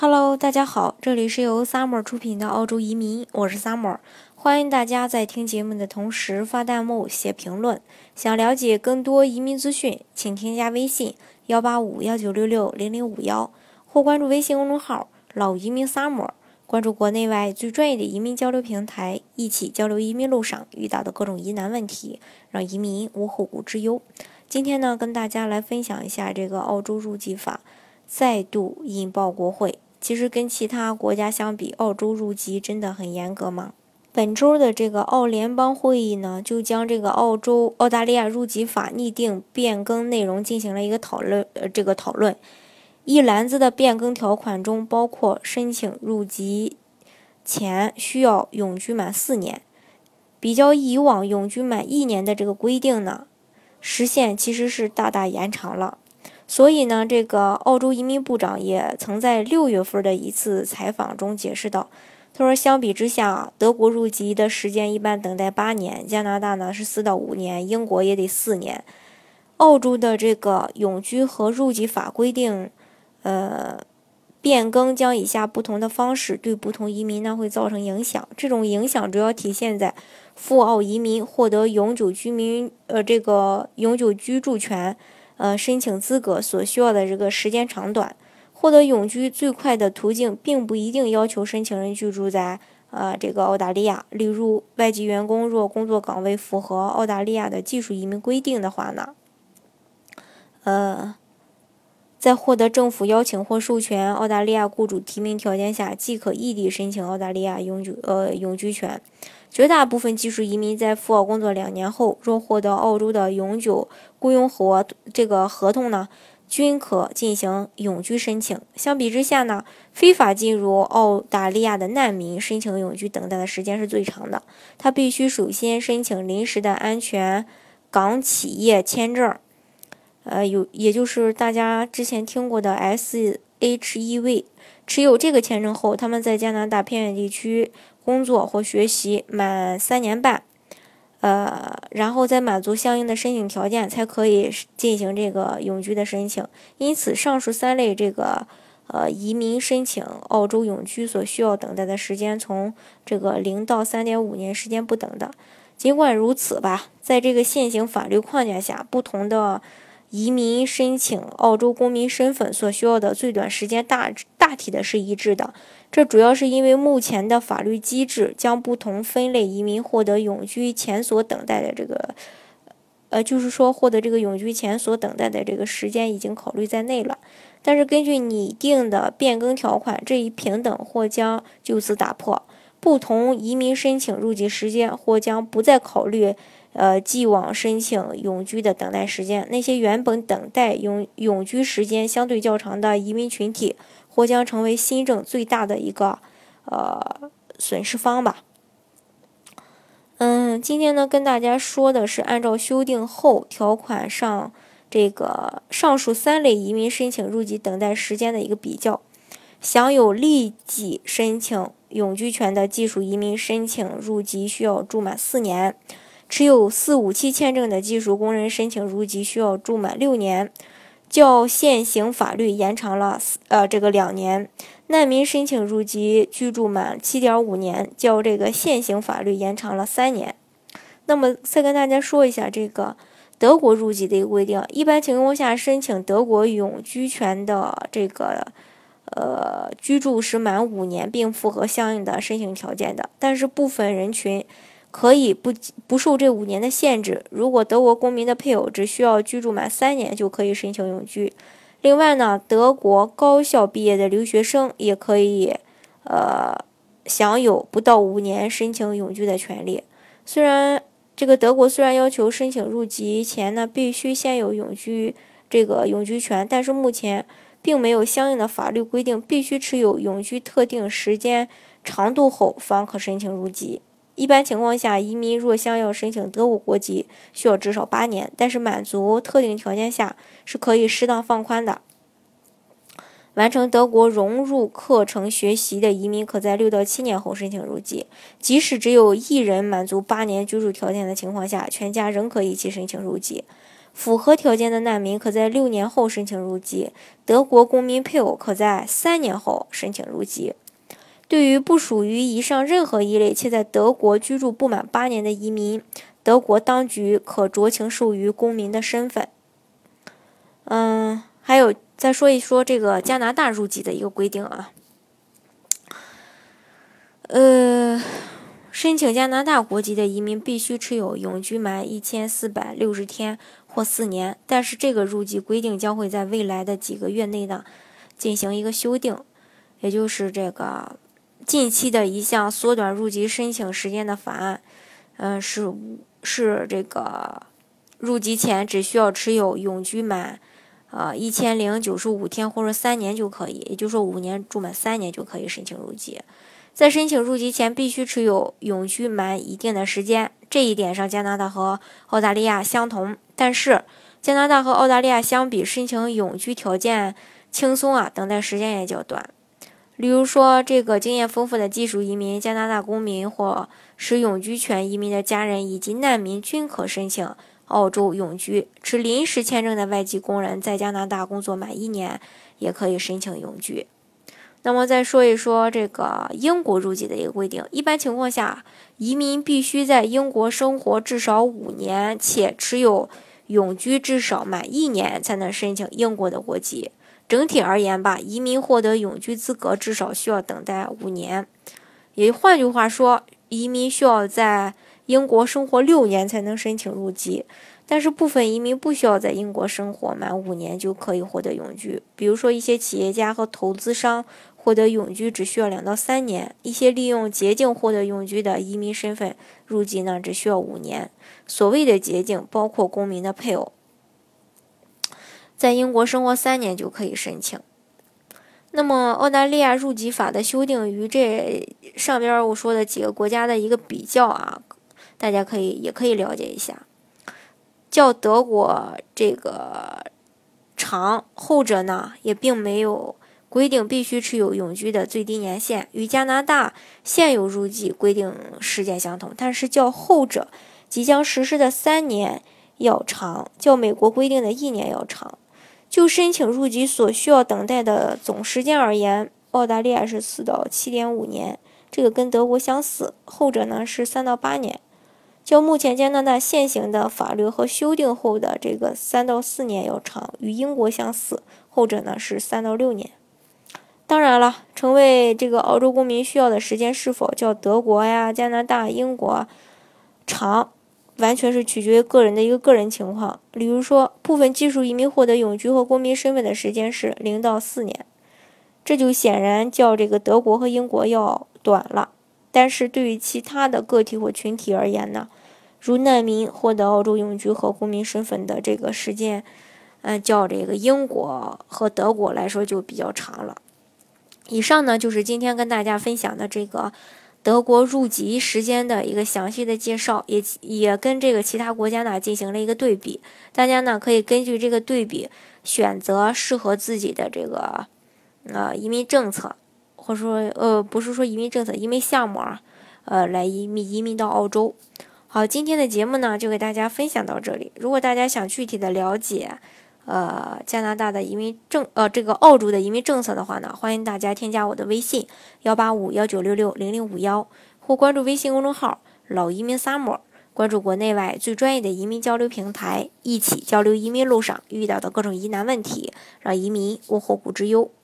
Hello，大家好，这里是由 Summer 出品的澳洲移民，我是 Summer，欢迎大家在听节目的同时发弹幕、写评论。想了解更多移民资讯，请添加微信18519660051，或关注微信公众号老移民 Summer， 关注国内外最专业的移民交流平台，一起交流移民路上遇到的各种疑难问题，让移民无后顾之忧。今天呢，跟大家来分享一下这个澳洲入籍法再度引爆国会。其实跟其他国家相比，澳洲入籍真的很严格吗？本周的这个澳联邦会议呢，就将这个澳大利亚入籍法拟定变更内容进行了一个讨论。一篮子的变更条款中包括申请入籍前需要永居满4年，比较以往永居满1年的这个规定呢，时限其实是大大延长了。所以呢，这个澳洲移民部长也曾在6月份的一次采访中解释到，他说相比之下，德国入籍的时间一般等待8年，加拿大呢是4到5年，英国也得4年。澳洲的这个永居和入籍法规定，变更将以下不同的方式对不同移民呢会造成影响。这种影响主要体现在赴澳移民获得永久居住权。申请资格所需要的这个时间长短，获得永居最快的途径并不一定要求申请人居住在这个澳大利亚。例如，外籍员工若工作岗位符合澳大利亚的技术移民规定的话呢，在获得政府邀请或授权、澳大利亚雇主提名条件下，即可异地申请澳大利亚永居权。绝大部分技术移民在赴澳工作2年后，若获得澳洲的永久雇佣合同呢，均可进行永居申请。相比之下呢，非法进入澳大利亚的难民申请永居等待的时间是最长的。他必须首先申请临时的安全港企业签证，也就是大家之前听过的 SHEV。持有这个签证后，他们在加拿大偏远地区工作或学习满3年半，然后再满足相应的申请条件，才可以进行这个永居的申请。因此，上述3类这个移民申请澳洲永居所需要等待的时间，从这个0到3.5年时间不等的。尽管如此吧，在这个现行法律框架下，不同的移民申请澳洲公民身份所需要的最短时间大体的是一致的。这主要是因为目前的法律机制将不同分类移民获得永居前所等待的这个，获得这个永居前所等待的这个时间已经考虑在内了。但是根据拟定的变更条款，这一平等或将就此打破。不同移民申请入籍时间或将不再考虑既往申请永居的等待时间。那些原本等待永居时间相对较长的移民群体，或将成为新政最大的一个损失方吧。今天呢跟大家说的是按照修订后条款上这个上述3类移民申请入籍等待时间的一个比较。享有立即申请永居权的技术移民申请入籍需要住满4年，持有457签证的技术工人申请入籍需要住满6年，较现行法律延长了2年。难民申请入籍居住满7.5年，较这个现行法律延长了3年。那么再跟大家说一下这个德国入籍的一个规定。一般情况下，申请德国永居权的这个居住是满5年，并符合相应的申请条件的。但是部分人群可以不受这5年的限制。如果德国公民的配偶只需要居住满3年就可以申请永居。另外呢，德国高校毕业的留学生也可以享有不到5年申请永居的权利。虽然德国要求申请入籍前呢必须先有永居权，但是目前并没有相应的法律规定必须持有永居特定时间长度后方可申请入籍。一般情况下，移民若想要申请德国国籍，需要至少8年，但是满足特定条件下是可以适当放宽的。完成德国融入课程学习的移民可在6到7年后申请入籍。即使只有1人满足8年居住条件的情况下，全家仍可一起申请入籍。 符合条件的难民可在6年后申请入籍，德国公民配偶可在3年后申请入籍。对于不属于以上任何一类且在德国居住不满8年的移民，德国当局可酌情授予公民的身份。还有再说一说这个加拿大入籍的一个规定啊。申请加拿大国籍的移民必须持有永居满1460天或4年，但是这个入籍规定将会在未来的几个月内呢进行一个修订，也就是这个近期的一项缩短入籍申请时间的法案，是这个入籍前只需要持有永居满1095天或者3年就可以，也就是说5年住满3年就可以申请入籍。在申请入籍前必须持有永居满一定的时间，这一点上加拿大和澳大利亚相同，但是加拿大和澳大利亚相比，申请永居条件轻松等待时间也较短。例如说，这个经验丰富的技术移民、加拿大公民或持永居权移民的家人以及难民均可申请澳洲永居。持临时签证的外籍工人在加拿大工作满1年也可以申请永居。那么再说一说这个英国入籍的一个规定，一般情况下，移民必须在英国生活至少5年，且持有永居至少满1年才能申请英国的国籍。整体而言吧，移民获得永居资格至少需要等待5年。也换句话说，移民需要在英国生活6年才能申请入籍。但是部分移民不需要在英国生活满5年就可以获得永居，比如说一些企业家和投资商获得永居只需要2到3年，一些利用捷径获得永居的移民身份入籍呢，只需要5年。所谓的捷径包括公民的配偶，在英国生活3年就可以申请。那么澳大利亚入籍法的修订与这上边我说的几个国家的一个比较大家也可以了解一下。较德国这个长，后者呢也并没有规定必须持有永居的最低年限，与加拿大现有入籍规定时间相同，但是较后者即将实施的3年要长，较美国规定的1年要长。就申请入籍所需要等待的总时间而言，澳大利亚是4到7.5年，这个跟德国相似，后者呢是3到8年。较目前加拿大现行的法律和修订后的这个3到4年要长，与英国相似，后者呢是3到6年。当然了，成为这个澳洲公民需要的时间是否较德国呀、加拿大、英国长，完全是取决于个人的一个个人情况。比如说，部分技术移民获得永居和公民身份的时间是0到4年，这就显然较这个德国和英国要短了。但是对于其他的个体或群体而言呢，如难民获得澳洲永居和公民身份的这个时间，较这个英国和德国来说就比较长了。以上呢就是今天跟大家分享的这个德国入籍时间的一个详细的介绍，也跟这个其他国家呢进行了一个对比。大家呢可以根据这个对比选择适合自己的这个移民政策。或者说不是说移民政策，移民项目来移民到澳洲。好，今天的节目呢就给大家分享到这里。如果大家想具体的了解加拿大的移民这个澳洲的移民政策的话呢，欢迎大家添加我的微信18519660051，或关注微信公众号老移民Summer，关注国内外最专业的移民交流平台，一起交流移民路上遇到的各种疑难问题，让移民无后顾之忧。